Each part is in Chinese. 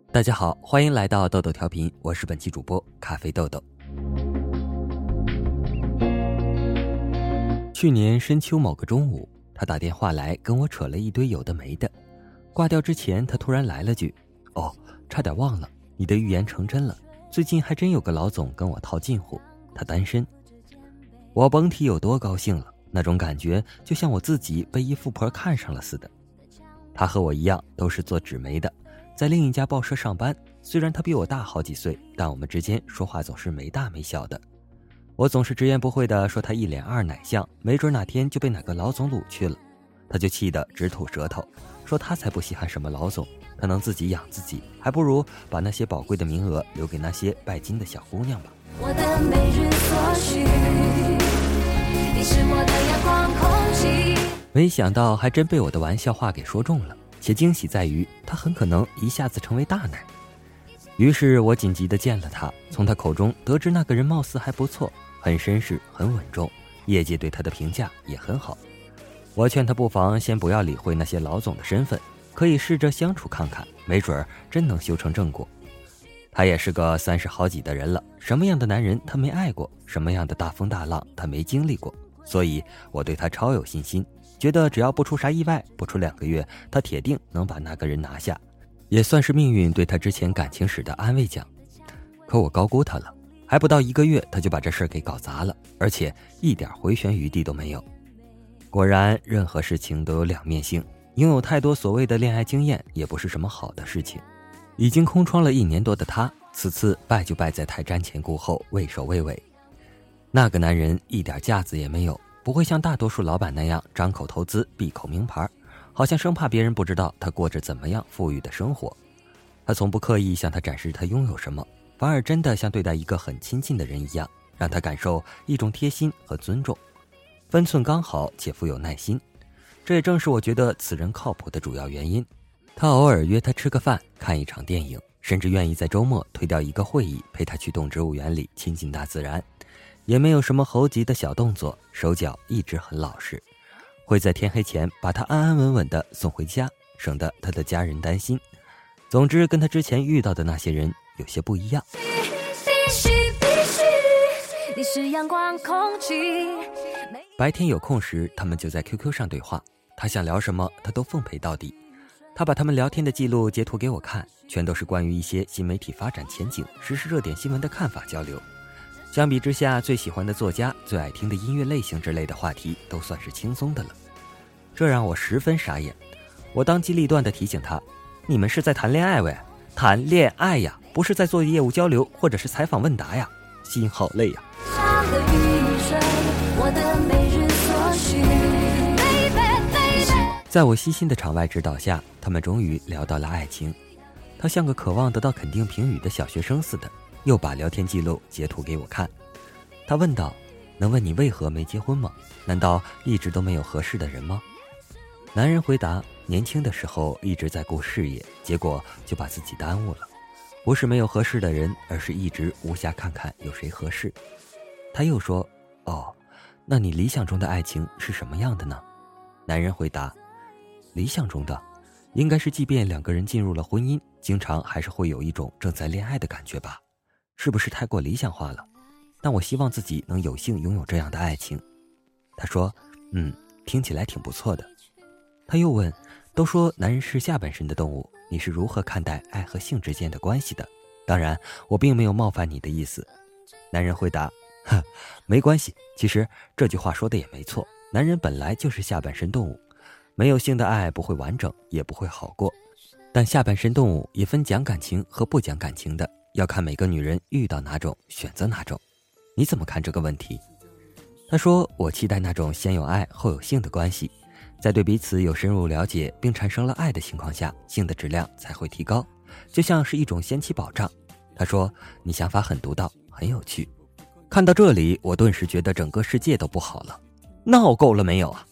大家好，欢迎来到豆豆调频，我是本期主播咖啡豆豆。去年深秋某个中午，他打电话来跟我扯了一堆有的没的。挂掉之前，他突然来了句：“哦，差点忘了，你的预言成真了，最近还真有个老总跟我套近乎，他单身。”我甭提有多高兴了，那种感觉就像我自己被一富婆看上了似的。他和我一样都是做纸媒的，在另一家报社上班，虽然他比我大好几岁，但我们之间说话总是没大没小的。我总是直言不讳地说他一脸二奶相，没准哪天就被哪个老总掳去了。他就气得直吐舌头，说他才不稀罕什么老总，他能自己养自己，还不如把那些宝贵的名额留给那些拜金的小姑娘吧。我的每日所需，你是我的阳光空气。没想到还真被我的玩笑话给说中了，且惊喜在于他很可能一下子成为大奶。于是我紧急地见了他，从他口中得知那个人貌似还不错，很绅士，很稳重，业界对他的评价也很好。我劝他不妨先不要理会那些老总的身份，可以试着相处看看，没准真能修成正果。他也是个30好几的人了，什么样的男人他没爱过，什么样的大风大浪他没经历过，所以我对他超有信心，觉得只要不出啥意外，不出2个月，他铁定能把那个人拿下，也算是命运对他之前感情史的安慰奖。可我高估他了，还不到1个月他就把这事给搞砸了，而且一点回旋余地都没有。果然任何事情都有两面性，拥有太多所谓的恋爱经验也不是什么好的事情。已经空窗了1年多的他，此次败就败在太瞻前顾后，畏首畏尾。那个男人一点架子也没有，不会像大多数老板那样张口投资闭口名牌，好像生怕别人不知道他过着怎么样富裕的生活。他从不刻意向他展示他拥有什么，反而真的像对待一个很亲近的人一样，让他感受一种贴心和尊重，分寸刚好且富有耐心。这也正是我觉得此人靠谱的主要原因。他偶尔约他吃个饭，看一场电影，甚至愿意在周末推掉一个会议陪他去动植物园里亲近大自然，也没有什么猴急的小动作，手脚一直很老实，会在天黑前把他安安稳稳地送回家，省得他的家人担心。总之跟他之前遇到的那些人有些不一样。你是阳光空气。白天有空时他们就在 QQ 上对话，他想聊什么他都奉陪到底。他把他们聊天的记录截图给我看，全都是关于一些新媒体发展前景、时事热点新闻的看法交流。相比之下，最喜欢的作家、最爱听的音乐类型之类的话题都算是轻松的了。这让我十分傻眼。我当机立断地提醒他，你们是在谈恋爱喂，谈恋爱呀，不是在做业务交流或者是采访问答呀，心好累呀。在我悉心的场外指导下，他们终于聊到了爱情。他像个渴望得到肯定评语的小学生似的，又把聊天记录截图给我看。他问道，能问你为何没结婚吗？难道一直都没有合适的人吗？男人回答，年轻的时候一直在顾事业，结果就把自己耽误了。不是没有合适的人，而是一直无暇看看有谁合适。他又说，哦，那你理想中的爱情是什么样的呢？男人回答，理想中的应该是即便2个人进入了婚姻，经常还是会有一种正在恋爱的感觉吧，是不是太过理想化了？但我希望自己能有幸拥有这样的爱情。他说，听起来挺不错的。他又问，都说男人是下半身的动物，你是如何看待爱和性之间的关系的？当然我并没有冒犯你的意思。男人回答，没关系，其实这句话说的也没错，男人本来就是下半身动物，没有性的爱不会完整，也不会好过。但下半身动物也分讲感情和不讲感情的，要看每个女人遇到哪种选择哪种。你怎么看这个问题？他说，我期待那种先有爱后有性的关系，在对彼此有深入了解并产生了爱的情况下，性的质量才会提高，就像是一种先期保障。他说，你想法很独到，很有趣。看到这里，我顿时觉得整个世界都不好了，闹够了没有啊？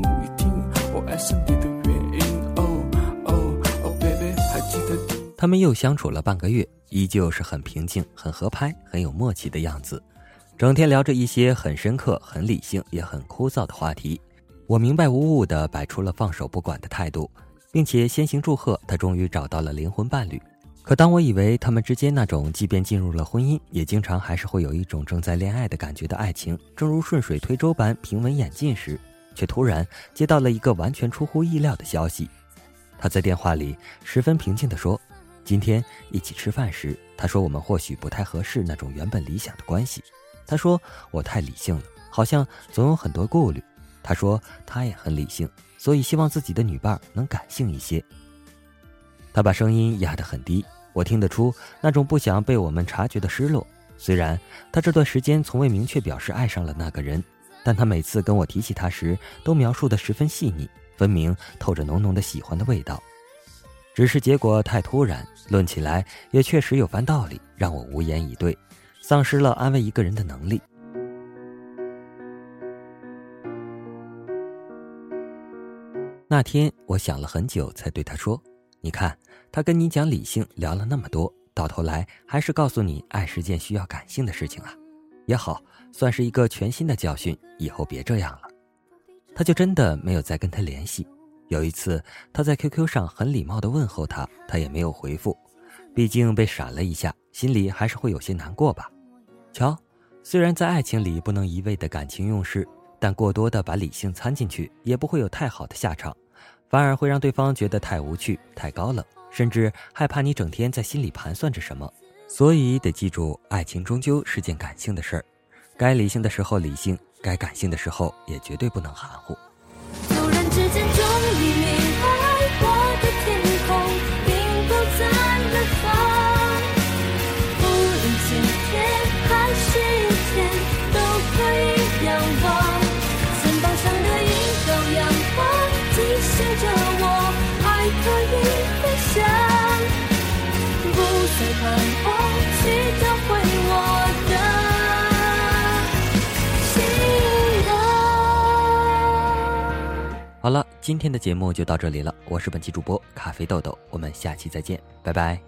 他们又相处了半个月，依旧是很平静、很合拍、很有默契的样子，整天聊着一些很深刻、很理性也很枯燥的话题。我明白无误地摆出了放手不管的态度，并且先行祝贺他终于找到了灵魂伴侣。 可当我以为他们之间那种即便进入了婚姻，也经常还是会有一种正在恋爱的感觉的爱情，正如顺水推舟般平稳演进时，却突然接到了一个完全出乎意料的消息。他在电话里十分平静地说，今天一起吃饭时，他说我们或许不太合适那种原本理想的关系。他说我太理性了，好像总有很多顾虑。他说他也很理性，所以希望自己的女伴能感性一些。他把声音压得很低，我听得出那种不想被我们察觉的失落。虽然他这段时间从未明确表示爱上了那个人，但他每次跟我提起他时，都描述得十分细腻，分明透着浓浓的喜欢的味道。只是结果太突然，论起来也确实有番道理，让我无言以对，丧失了安慰一个人的能力。那天我想了很久，才对他说，你看，他跟你讲理性聊了那么多，到头来还是告诉你爱是件需要感性的事情啊。也好，算是一个全新的教训，以后别这样了。他就真的没有再跟他联系。有一次他在 QQ 上很礼貌地问候他，他也没有回复，毕竟被闪了一下，心里还是会有些难过吧。瞧，虽然在爱情里不能一味的感情用事，但过多的把理性掺进去也不会有太好的下场，反而会让对方觉得太无趣、太高冷，甚至害怕你整天在心里盘算着什么。所以得记住，爱情终究是件感性的事儿，该理性的时候理性，该感性的时候也绝对不能含糊。 突然之间终于明白，我的天空并不在远方，无论晴天还是雨天都可以仰望，肩膀上的一道阳光提醒着我，爱可以飞翔，不再彷徨去找回我的心啊。 好了，今天的节目就到这里了，我是本期主播咖啡豆豆，我们下期再见，拜拜。